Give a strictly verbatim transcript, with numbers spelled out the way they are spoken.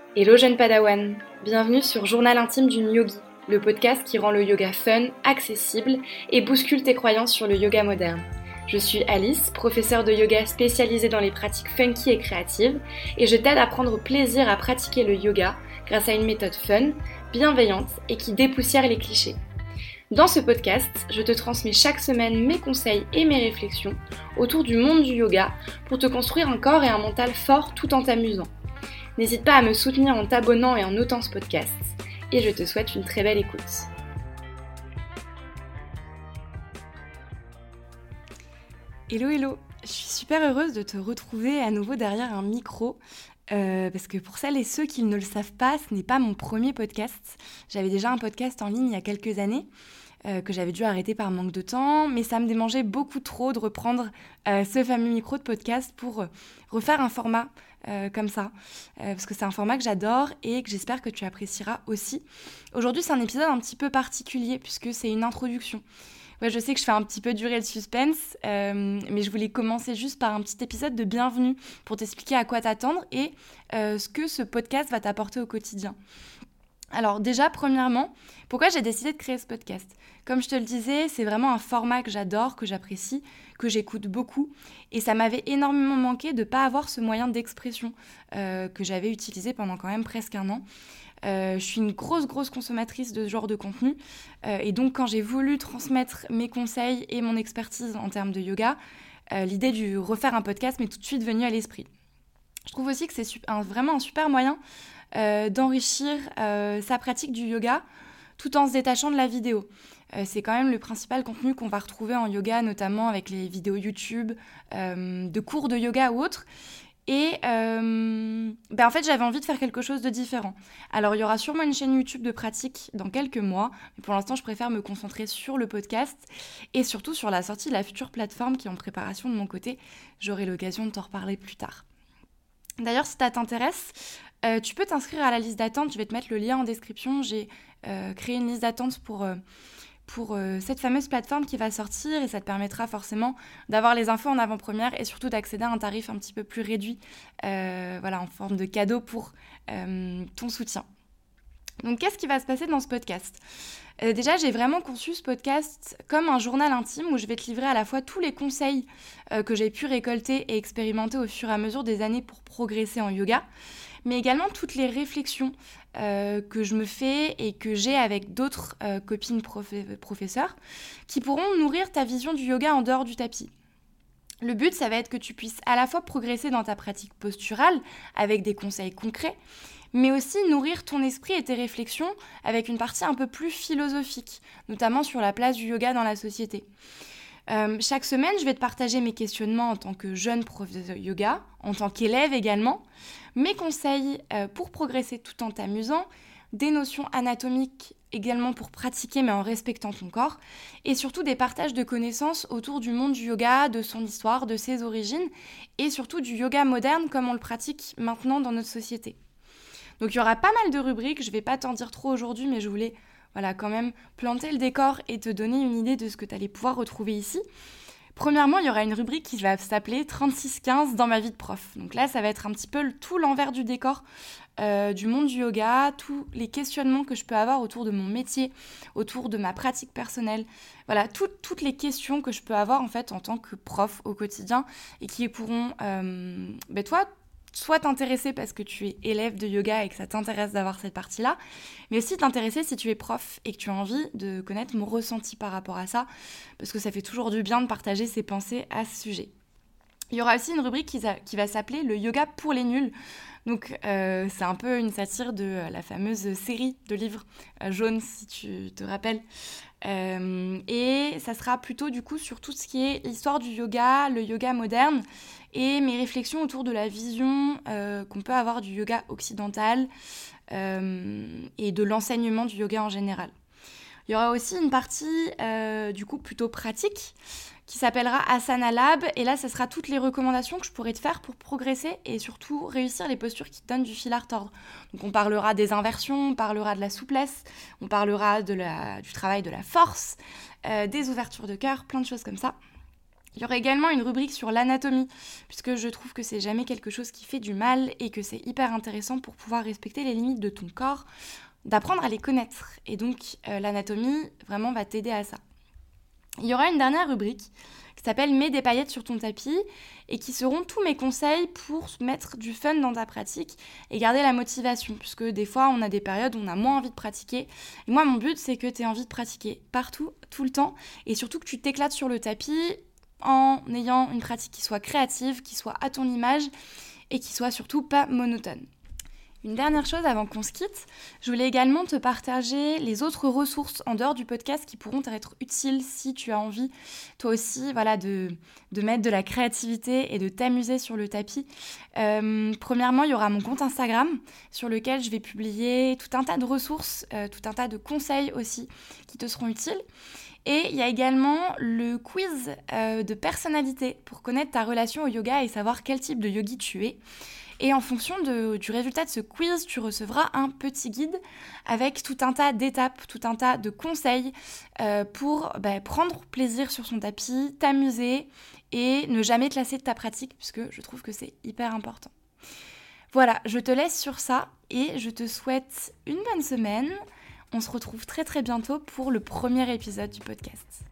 Hello jeune padawan, bienvenue sur Journal intime d'une yogi, le podcast qui rend le yoga fun, accessible et bouscule tes croyances sur le yoga moderne. Je suis Alice, professeure de yoga spécialisée dans les pratiques funky et créatives, et je t'aide à prendre plaisir à pratiquer le yoga grâce à une méthode fun, bienveillante et qui dépoussière les clichés. Dans ce podcast, je te transmets chaque semaine mes conseils et mes réflexions autour du monde du yoga pour te construire un corps et un mental fort tout en t'amusant. N'hésite pas à me soutenir en t'abonnant et en notant ce podcast. Et je te souhaite une très belle écoute. Hello hello, je suis super heureuse de te retrouver à nouveau derrière un micro. Euh, parce que pour celles et ceux qui ne le savent pas, ce n'est pas mon premier podcast. J'avais déjà un podcast en ligne il y a quelques années, euh, que j'avais dû arrêter par manque de temps, mais ça me démangeait beaucoup trop de reprendre euh, ce fameux micro de podcast pour euh, refaire un format euh, comme ça, euh, parce que c'est un format que j'adore et que j'espère que tu apprécieras aussi. Aujourd'hui, c'est un épisode un petit peu particulier, puisque c'est une introduction. Ouais, je sais que je fais un petit peu durer le suspense, euh, mais je voulais commencer juste par un petit épisode de bienvenue pour t'expliquer à quoi t'attendre et euh, ce que ce podcast va t'apporter au quotidien. Alors déjà, premièrement, pourquoi j'ai décidé de créer ce podcast ? Comme je te le disais, c'est vraiment un format que j'adore, que j'apprécie, que j'écoute beaucoup. Et ça m'avait énormément manqué de ne pas avoir ce moyen d'expression euh, que j'avais utilisé pendant quand même presque un an. Euh, je suis une grosse, grosse consommatrice de ce genre de contenu. Euh, et donc, quand j'ai voulu transmettre mes conseils et mon expertise en termes de yoga, euh, l'idée de refaire un podcast m'est tout de suite venue à l'esprit. Je trouve aussi que c'est super, un, vraiment un super moyen euh, d'enrichir euh, sa pratique du yoga tout en se détachant de la vidéo. Euh, c'est quand même le principal contenu qu'on va retrouver en yoga, notamment avec les vidéos YouTube, euh, de cours de yoga ou autres. Et euh, ben en fait, j'avais envie de faire quelque chose de différent. Alors, il y aura sûrement une chaîne YouTube de pratique dans quelques mois, mais pour l'instant, je préfère me concentrer sur le podcast et surtout sur la sortie de la future plateforme qui est en préparation de mon côté. J'aurai l'occasion de t'en reparler plus tard. D'ailleurs, si ça t'intéresse, euh, tu peux t'inscrire à la liste d'attente. Je vais te mettre le lien en description. J'ai euh, créé une liste d'attente pour... Euh, pour euh, cette fameuse plateforme qui va sortir et ça te permettra forcément d'avoir les infos en avant-première et surtout d'accéder à un tarif un petit peu plus réduit, euh, voilà, en forme de cadeau pour euh, ton soutien. Donc, qu'est-ce qui va se passer dans ce podcast ? euh, Déjà, j'ai vraiment conçu ce podcast comme un journal intime où je vais te livrer à la fois tous les conseils euh, que j'ai pu récolter et expérimenter au fur et à mesure des années pour progresser en yoga, mais également toutes les réflexions euh, que je me fais et que j'ai avec d'autres euh, copines prof- professeurs qui pourront nourrir ta vision du yoga en dehors du tapis. Le but, ça va être que tu puisses à la fois progresser dans ta pratique posturale avec des conseils concrets, mais aussi nourrir ton esprit et tes réflexions avec une partie un peu plus philosophique, notamment sur la place du yoga dans la société. Euh, chaque semaine, je vais te partager mes questionnements en tant que jeune prof de yoga, en tant qu'élève également, mes conseils euh, pour progresser tout en t'amusant, des notions anatomiques également pour pratiquer mais en respectant ton corps, et surtout des partages de connaissances autour du monde du yoga, de son histoire, de ses origines, et surtout du yoga moderne comme on le pratique maintenant dans notre société. Donc il y aura pas mal de rubriques, je ne vais pas t'en dire trop aujourd'hui, mais je voulais voilà, quand même planter le décor et te donner une idée de ce que tu allais pouvoir retrouver ici. Premièrement, il y aura une rubrique qui va s'appeler trente-six quinze dans ma vie de prof. Donc là, ça va être un petit peu tout l'envers du décor euh, du monde du yoga, tous les questionnements que je peux avoir autour de mon métier, autour de ma pratique personnelle. Voilà, tout, toutes les questions que je peux avoir en fait en tant que prof au quotidien et qui pourront, euh, ben toi, soit t'intéresser parce que tu es élève de yoga et que ça t'intéresse d'avoir cette partie-là, mais aussi t'intéresser si tu es prof et que tu as envie de connaître mon ressenti par rapport à ça, parce que ça fait toujours du bien de partager ses pensées à ce sujet. Il y aura aussi une rubrique qui, qui va s'appeler « Le yoga pour les nuls ». Donc, euh, c'est un peu une satire de euh, la fameuse série de livres euh, jaunes, si tu te rappelles. Euh, et ça sera plutôt du coup sur tout ce qui est l'histoire du yoga, le yoga moderne et mes réflexions autour de la vision euh, qu'on peut avoir du yoga occidental euh, et de l'enseignement du yoga en général. Il y aura aussi une partie euh, du coup plutôt pratique qui s'appellera Asana Lab. Et là, ce sera toutes les recommandations que je pourrais te faire pour progresser et surtout réussir les postures qui te donnent du fil à retordre. Donc, on parlera des inversions, on parlera de la souplesse, on parlera de la, du travail de la force, euh, des ouvertures de cœur, plein de choses comme ça. Il y aura également une rubrique sur l'anatomie, puisque je trouve que c'est jamais quelque chose qui fait du mal et que c'est hyper intéressant pour pouvoir respecter les limites de ton corps, d'apprendre à les connaître. Et donc, euh, l'anatomie, vraiment, va t'aider à ça. Il y aura une dernière rubrique qui s'appelle « Mets des paillettes sur ton tapis » et qui seront tous mes conseils pour mettre du fun dans ta pratique et garder la motivation, puisque des fois, on a des périodes où on a moins envie de pratiquer. Et moi, mon but, c'est que tu aies envie de pratiquer partout, tout le temps, et surtout que tu t'éclates sur le tapis en ayant une pratique qui soit créative, qui soit à ton image et qui soit surtout pas monotone. Une dernière chose avant qu'on se quitte, je voulais également te partager les autres ressources en dehors du podcast qui pourront t'être utiles si tu as envie, toi aussi, voilà, de, de mettre de la créativité et de t'amuser sur le tapis. Euh, premièrement, il y aura mon compte Instagram sur lequel je vais publier tout un tas de ressources, euh, tout un tas de conseils aussi qui te seront utiles. Et il y a également le quiz euh, de personnalité pour connaître ta relation au yoga et savoir quel type de yogi tu es. Et en fonction de, du résultat de ce quiz, tu recevras un petit guide avec tout un tas d'étapes, tout un tas de conseils euh, pour bah, prendre plaisir sur son tapis, t'amuser et ne jamais te lasser de ta pratique, puisque je trouve que c'est hyper important. Voilà, je te laisse sur ça et je te souhaite une bonne semaine. On se retrouve très très bientôt pour le premier épisode du podcast.